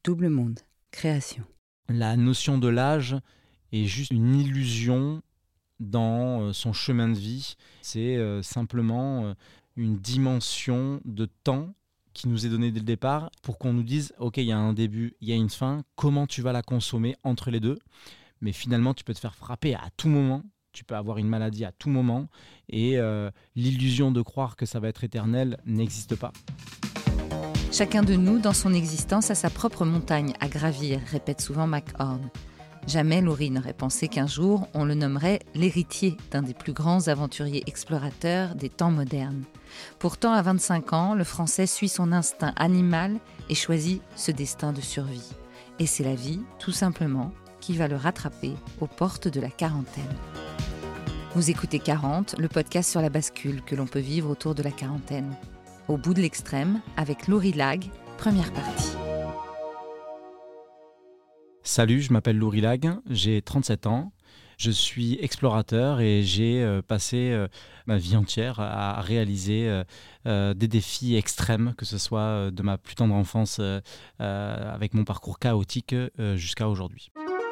Double Monde, création. La notion de l'âge est juste une illusion dans son chemin de vie. C'est simplement une dimension de temps qui nous est donnée dès le départ pour qu'on nous dise « Ok, il y a un début, il y a une fin, comment tu vas la consommer entre les deux ?» Mais finalement, tu peux te faire frapper à tout moment, tu peux avoir une maladie à tout moment et l'illusion de croire que ça va être éternel n'existe pas. Chacun de nous, dans son existence, a sa propre montagne à gravir, répète souvent McHorn. Jamais Laurie n'aurait pensé qu'un jour, on le nommerait l'héritier d'un des plus grands aventuriers explorateurs des temps modernes. Pourtant, à 25 ans, le Français suit son instinct animal et choisit ce destin de survie. Et c'est la vie, tout simplement, qui va le rattraper aux portes de la quarantaine. Vous écoutez 40, le podcast sur la bascule que l'on peut vivre autour de la quarantaine. Au bout de l'extrême, avec Laurie Lag, première partie. Salut, je m'appelle Laurie Lag, j'ai 37 ans. Je suis explorateur et j'ai passé ma vie entière à réaliser des défis extrêmes, que ce soit de ma plus tendre enfance avec mon parcours chaotique jusqu'à aujourd'hui.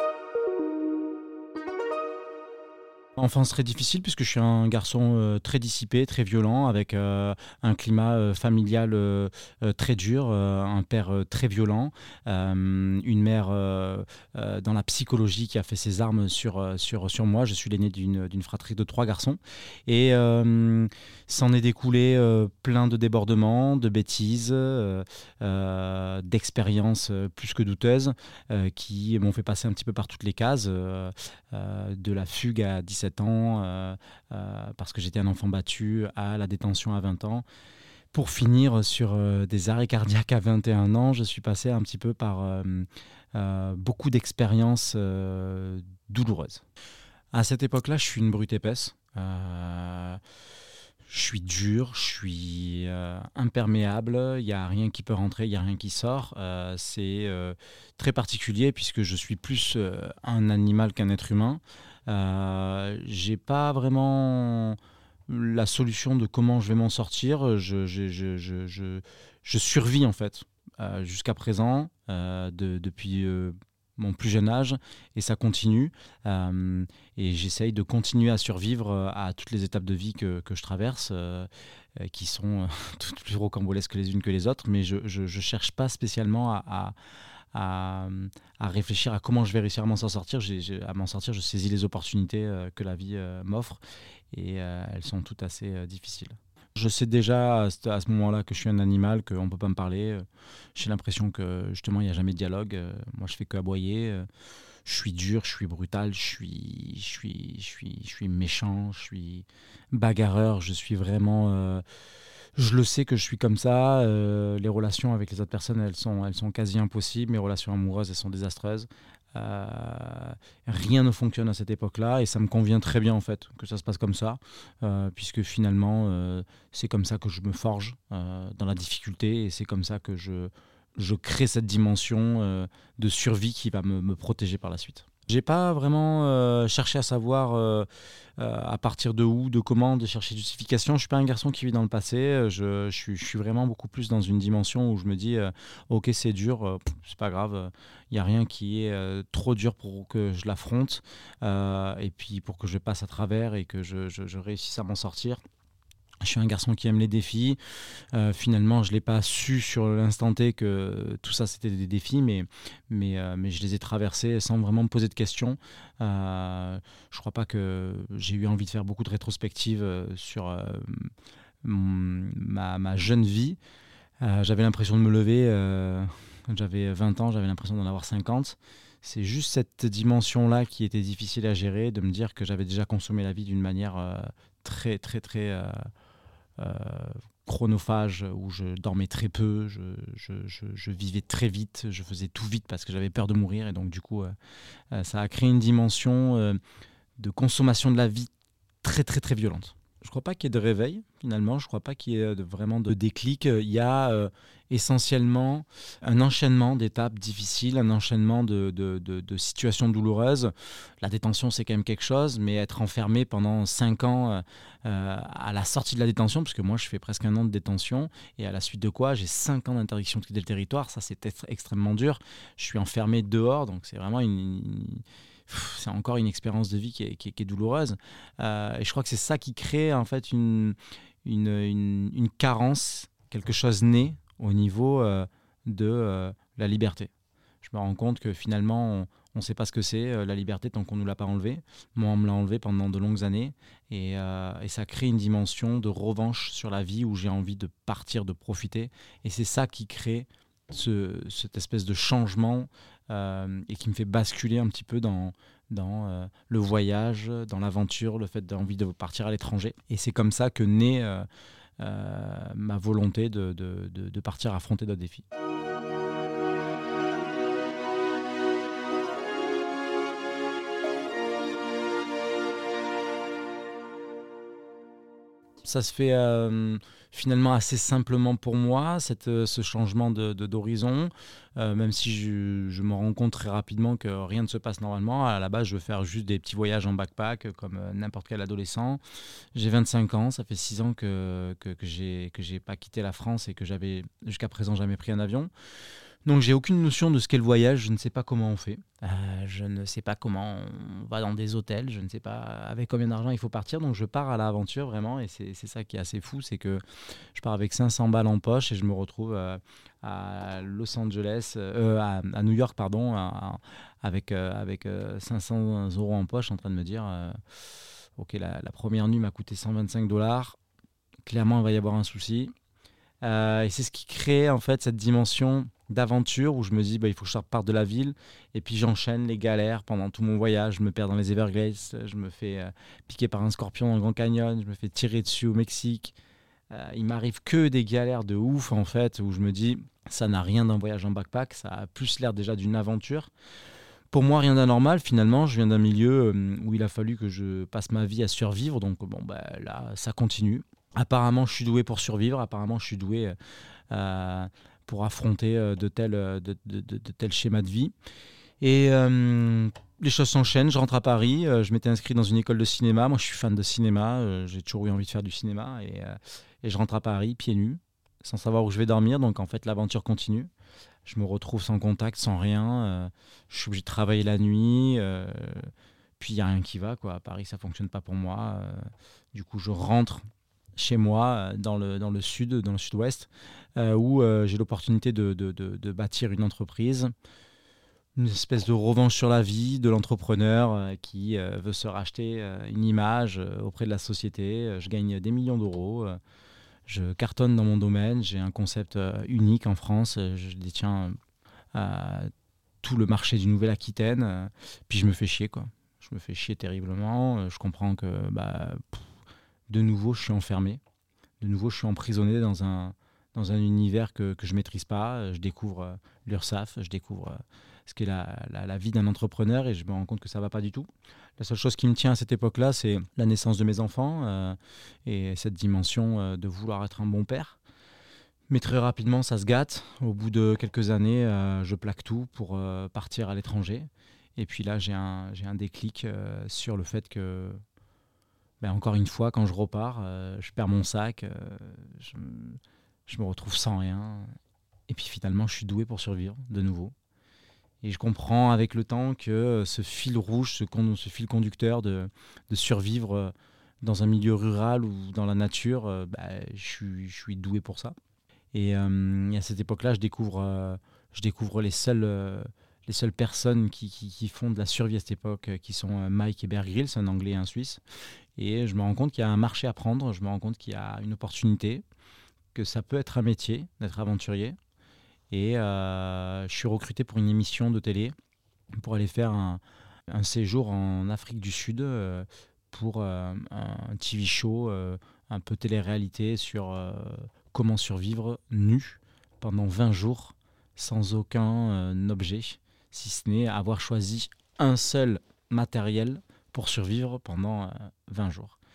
Enfance très difficile puisque je suis un garçon très dissipé, très violent, avec un climat familial très dur, un père très violent, une mère dans la psychologie qui a fait ses armes sur moi. Je suis l'aîné d'une fratrie de 3 garçons et s'en est découlé plein de débordements, de bêtises, d'expériences plus que douteuses qui m'ont fait passer un petit peu par toutes les cases, de la fugue à 17 ans parce que j'étais un enfant battu, à la détention à 20 ans. Pour finir sur des arrêts cardiaques à 21 ans, je suis passé un petit peu par beaucoup d'expériences douloureuses. À cette époque-là, je suis une brute épaisse. Je suis dur, je suis imperméable, il n'y a rien qui peut rentrer, il n'y a rien qui sort. C'est très particulier puisque je suis plus un animal qu'un être humain. J'ai pas vraiment la solution de comment je vais m'en sortir. Je survis en fait jusqu'à présent depuis mon plus jeune âge et ça continue et j'essaye de continuer à survivre à toutes les étapes de vie que je traverse qui sont toutes plus rocambolesques les unes que les autres, mais je cherche pas spécialement à réfléchir à comment je vais réussir à m'en sortir. Je saisis les opportunités que la vie m'offre et elles sont toutes assez difficiles. Je sais déjà à ce moment-là que je suis un animal, qu'on ne peut pas me parler. J'ai l'impression que justement il n'y a jamais de dialogue. Moi je fais qu'aboyer. Je suis dur, je suis brutal, je suis méchant, je suis bagarreur. Je suis vraiment... Je le sais que je suis comme ça. Les relations avec les autres personnes, elles sont quasi impossibles. Mes relations amoureuses, elles sont désastreuses. Rien ne fonctionne à cette époque-là et ça me convient très bien en fait que ça se passe comme ça puisque finalement c'est comme ça que je me forge dans la difficulté et c'est comme ça que je crée cette dimension de survie qui va me protéger par la suite. J'ai pas vraiment cherché à savoir à partir de où, de comment, de chercher justification. Je suis pas un garçon qui vit dans le passé. Je suis vraiment beaucoup plus dans une dimension où je me dis ok c'est dur, c'est pas grave. Il y a rien qui est trop dur pour que je l'affronte et puis pour que je passe à travers et que je réussisse à m'en sortir. Je suis un garçon qui aime les défis. Finalement, je ne l'ai pas su sur l'instant T que tout ça, c'était des défis, mais je les ai traversés sans vraiment me poser de questions. Je ne crois pas que j'ai eu envie de faire beaucoup de rétrospectives sur ma jeune vie. J'avais l'impression de me lever, j'avais 20 ans, j'avais l'impression d'en avoir 50. C'est juste cette dimension-là qui était difficile à gérer, de me dire que j'avais déjà consommé la vie d'une manière très, très, très... chronophage où je dormais très peu, je vivais très vite, je faisais tout vite parce que j'avais peur de mourir et donc du coup ça a créé une dimension de consommation de la vie très très très violente. Je ne crois pas qu'il y ait de réveil, finalement. Je ne crois pas qu'il y ait vraiment de déclic. Il y a essentiellement un enchaînement d'étapes difficiles, un enchaînement de situations douloureuses. La détention, c'est quand même quelque chose, mais être enfermé pendant 5 ans à la sortie de la détention, parce que moi, je fais presque 1 an de détention, et à la suite de quoi, j'ai 5 ans d'interdiction de quitter le territoire. Ça, c'est extrêmement dur. Je suis enfermé dehors, donc c'est vraiment c'est encore une expérience de vie qui est douloureuse. Et je crois que c'est ça qui crée en fait une carence, quelque chose né au niveau de la liberté. Je me rends compte que finalement, on ne sait pas ce que c'est la liberté tant qu'on ne nous l'a pas enlevée. Moi, on me l'a enlevée pendant de longues années. Et ça crée une dimension de revanche sur la vie où j'ai envie de partir, de profiter. Et c'est ça qui crée cette espèce de changement et qui me fait basculer un petit peu dans le voyage, dans l'aventure, le fait d'envie de partir à l'étranger. Et c'est comme ça que naît ma volonté de partir affronter d'autres défis. Ça se fait finalement assez simplement pour moi, ce changement d'horizon, même si je me rends compte très rapidement que rien ne se passe normalement. À la base, je veux faire juste des petits voyages en backpack comme n'importe quel adolescent. J'ai 25 ans, ça fait 6 ans que j'ai pas quitté la France et que j'avais jusqu'à présent jamais pris un avion. Donc j'ai aucune notion de ce qu'est le voyage, je ne sais pas comment on fait, je ne sais pas comment on va dans des hôtels, je ne sais pas avec combien d'argent il faut partir, donc je pars à l'aventure vraiment, et c'est ça qui est assez fou, c'est que je pars avec 500 balles en poche et je me retrouve à Los Angeles, à New York pardon, avec 500 euros en poche, en train de me dire ok, la première nuit m'a coûté $125, clairement il va y avoir un souci. Et c'est ce qui crée en fait cette dimension d'aventure où je me dis il faut que je parte de la ville, et puis j'enchaîne les galères pendant tout mon voyage. Je me perds dans les Everglades, je me fais piquer par un scorpion dans le Grand Canyon, je me fais tirer dessus au Mexique. Il m'arrive que des galères de ouf en fait, où je me dis ça n'a rien d'un voyage en backpack, ça a plus l'air déjà d'une aventure. Pour moi, rien d'anormal. Finalement, je viens d'un milieu où il a fallu que je passe ma vie à survivre, donc là ça continue. Apparemment, je suis doué pour survivre. Apparemment, je suis doué pour affronter de tels schémas de vie. Et les choses s'enchaînent. Je rentre à Paris. Je m'étais inscrit dans une école de cinéma. Moi, je suis fan de cinéma. J'ai toujours eu envie de faire du cinéma. Et je rentre à Paris, pieds nus, sans savoir où je vais dormir. Donc, en fait, l'aventure continue. Je me retrouve sans contact, sans rien. Je suis obligé de travailler la nuit. Puis, il n'y a rien qui va, quoi. À Paris, ça ne fonctionne pas pour moi. Du coup, je rentre chez moi, dans le sud, dans le sud-ouest, où j'ai l'opportunité de bâtir une entreprise, une espèce de revanche sur la vie de l'entrepreneur qui veut se racheter une image auprès de la société. Je gagne des millions d'euros, je cartonne dans mon domaine, j'ai un concept unique en France, je détiens tout le marché du Nouvelle-Aquitaine, puis je me fais chier, quoi. Je me fais chier terriblement, je comprends que de nouveau, je suis enfermé. De nouveau, je suis emprisonné dans un univers que je ne maîtrise pas. Je découvre l'URSSAF, je découvre ce qu'est la vie d'un entrepreneur, et je me rends compte que ça ne va pas du tout. La seule chose qui me tient à cette époque-là, c'est la naissance de mes enfants et cette dimension de vouloir être un bon père. Mais très rapidement, ça se gâte. Au bout de quelques années, je plaque tout pour partir à l'étranger. Et puis là, j'ai un déclic sur le fait que encore une fois, quand je repars, je perds mon sac, je me retrouve sans rien. Et puis finalement, je suis doué pour survivre de nouveau. Et je comprends avec le temps que ce fil rouge, ce fil conducteur de survivre dans un milieu rural ou dans la nature, je suis doué pour ça. Et à cette époque-là, je découvre les seules personnes qui font de la survie à cette époque, qui sont Mike et Bear Grylls, un Anglais et un Suisse. Et je me rends compte qu'il y a un marché à prendre, je me rends compte qu'il y a une opportunité, que ça peut être un métier d'être aventurier. Et je suis recruté pour une émission de télé pour aller faire un séjour en Afrique du Sud pour un TV show, un peu télé-réalité sur comment survivre nu pendant 20 jours sans aucun objet, si ce n'est avoir choisi un seul matériel pour survivre pendant 20 jours.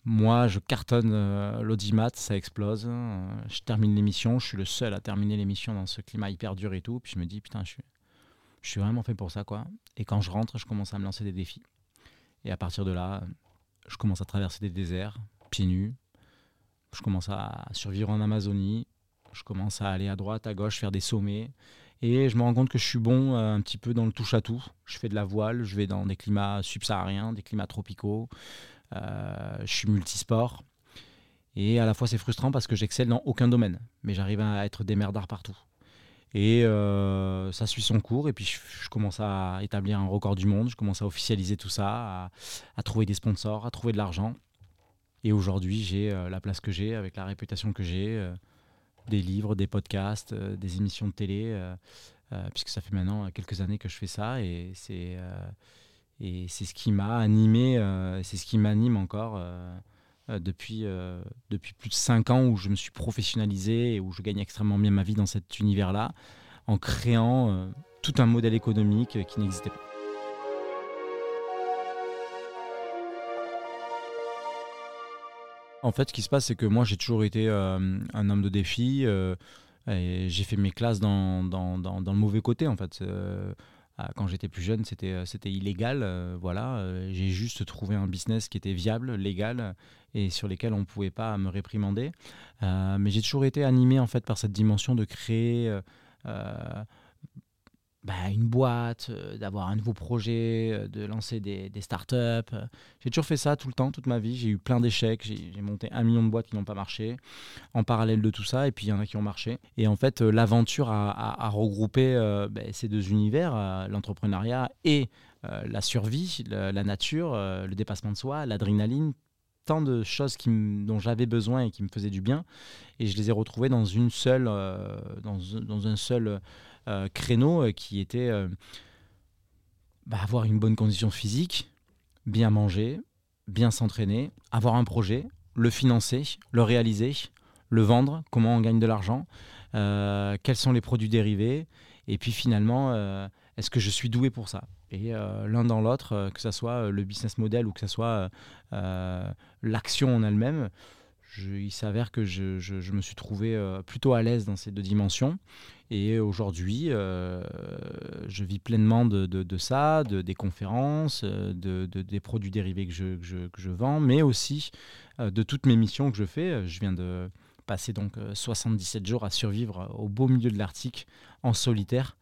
Moi, je cartonne l'audimat, ça explose. Je termine l'émission, je suis le seul à terminer l'émission dans ce climat hyper dur et tout. Puis je me dis, putain, je suis vraiment fait pour ça, quoi. Et quand je rentre, je commence à me lancer des défis. Et à partir de là, je commence à traverser des déserts, pieds nus. Je commence à survivre en Amazonie. Je commence à aller à droite, à gauche, faire des sommets. Et je me rends compte que je suis bon un petit peu dans le touche-à-tout. Je fais de la voile, je vais dans des climats subsahariens, des climats tropicaux. Je suis multisport. Et à la fois, c'est frustrant parce que j'excelle dans aucun domaine. Mais j'arrive à être démerdard partout. Et ça suit son cours. Et puis, je commence à établir un record du monde. Je commence à officialiser tout ça, à trouver des sponsors, à trouver de l'argent. Et aujourd'hui, j'ai la place que j'ai, avec la réputation que j'ai, des livres, des podcasts, des émissions de télé, puisque ça fait maintenant quelques années que je fais ça. Et c'est ce qui m'a animé, c'est ce qui m'anime encore depuis plus de 5 ans où je me suis professionnalisé et où je gagne extrêmement bien ma vie dans cet univers-là, en créant tout un modèle économique qui n'existait pas. En fait, ce qui se passe, c'est que moi, j'ai toujours été un homme de défi. Et j'ai fait mes classes dans le mauvais côté, en fait. Quand j'étais plus jeune, c'était illégal. Voilà. J'ai juste trouvé un business qui était viable, légal, et sur lesquels on ne pouvait pas me réprimander. Mais j'ai toujours été animé, en fait, par cette dimension de créer une boîte, d'avoir un nouveau projet, de lancer des startups. J'ai toujours fait ça tout le temps, toute ma vie. J'ai eu plein d'échecs. J'ai monté 1 million de boîtes qui n'ont pas marché en parallèle de tout ça. Et puis, il y en a qui ont marché. Et en fait, l'aventure a regroupé ces deux univers, l'entrepreneuriat et la survie, la nature, le dépassement de soi, l'adrénaline. Tant de choses dont j'avais besoin et qui me faisaient du bien. Et je les ai retrouvées dans un seul créneau qui était avoir une bonne condition physique, bien manger, bien s'entraîner, avoir un projet, le financer, le réaliser, le vendre, comment on gagne de l'argent, quels sont les produits dérivés, et puis finalement, est-ce que je suis doué pour ça ? Et l'un dans l'autre, que ce soit le business model ou que ce soit l'action en elle-même, il s'avère que je me suis trouvé plutôt à l'aise dans ces deux dimensions. Et aujourd'hui, je vis pleinement de ça, des conférences, des produits dérivés que je vends, mais aussi de toutes mes missions que je fais. Je viens de passer donc 77 jours à survivre au beau milieu de l'Arctique en solitaire.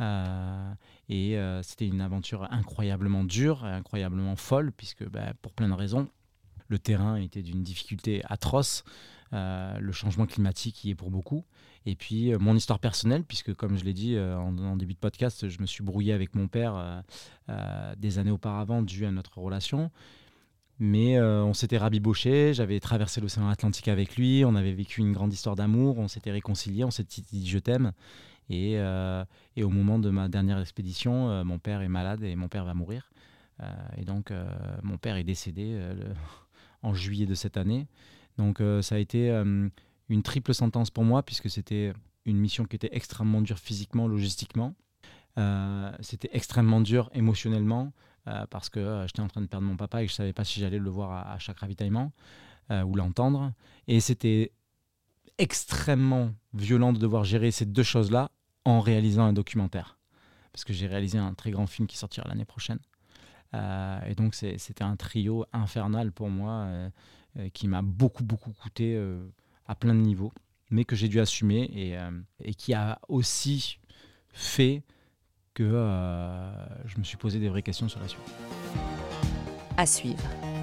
C'était une aventure incroyablement dure, incroyablement folle, puisque pour plein de raisons, le terrain était d'une difficulté atroce, le changement climatique y est pour beaucoup, et puis mon histoire personnelle, puisque comme je l'ai dit en début de podcast, je me suis brouillé avec mon père des années auparavant dû à notre relation. Mais on s'était rabiboché, j'avais traversé l'océan Atlantique avec lui, on avait vécu une grande histoire d'amour, on s'était réconciliés, on s'était dit je t'aime. Et au moment de ma dernière expédition, mon père est malade et mon père va mourir. Et donc mon père est décédé en juillet de cette année. Donc ça a été une triple sentence pour moi, puisque c'était une mission qui était extrêmement dure physiquement, logistiquement. C'était extrêmement dur émotionnellement, parce que j'étais en train de perdre mon papa et que je ne savais pas si j'allais le voir à chaque ravitaillement ou l'entendre. Et c'était extrêmement violent de devoir gérer ces deux choses-là en réalisant un documentaire. Parce que j'ai réalisé un très grand film qui sortira l'année prochaine. Et donc c'était un trio infernal pour moi, qui m'a beaucoup coûté à plein de niveaux, mais que j'ai dû assumer et qui a aussi fait que je me suis posé des vraies questions sur la suite. À suivre.